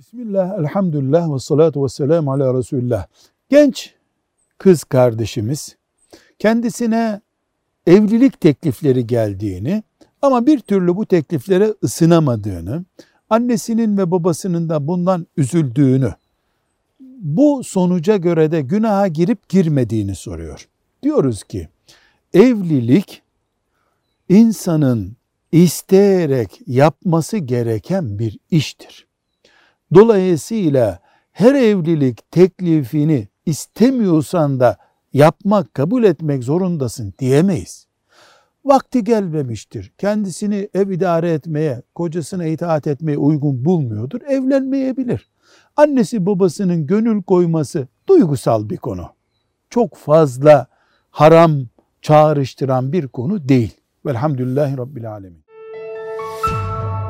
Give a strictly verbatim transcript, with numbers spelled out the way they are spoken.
Bismillah, elhamdülillah ve salatu ve selamu ala Resulullah. Genç kız kardeşimiz kendisine evlilik teklifleri geldiğini ama bir türlü bu tekliflere ısınamadığını, annesinin ve babasının da bundan üzüldüğünü, bu sonuca göre de günaha girip girmediğini soruyor. Diyoruz ki evlilik insanın isteyerek yapması gereken bir iştir. Dolayısıyla her evlilik teklifini istemiyorsan da yapmak, kabul etmek zorundasın diyemeyiz. Vakti gelmemiştir. Kendisini ev idare etmeye, kocasına itaat etmeye uygun bulmuyordur. Evlenmeyebilir. Annesi babasının gönül koyması duygusal bir konu. Çok fazla haram çağrıştıran bir konu değil. Velhamdülillahi Rabbil Alemin.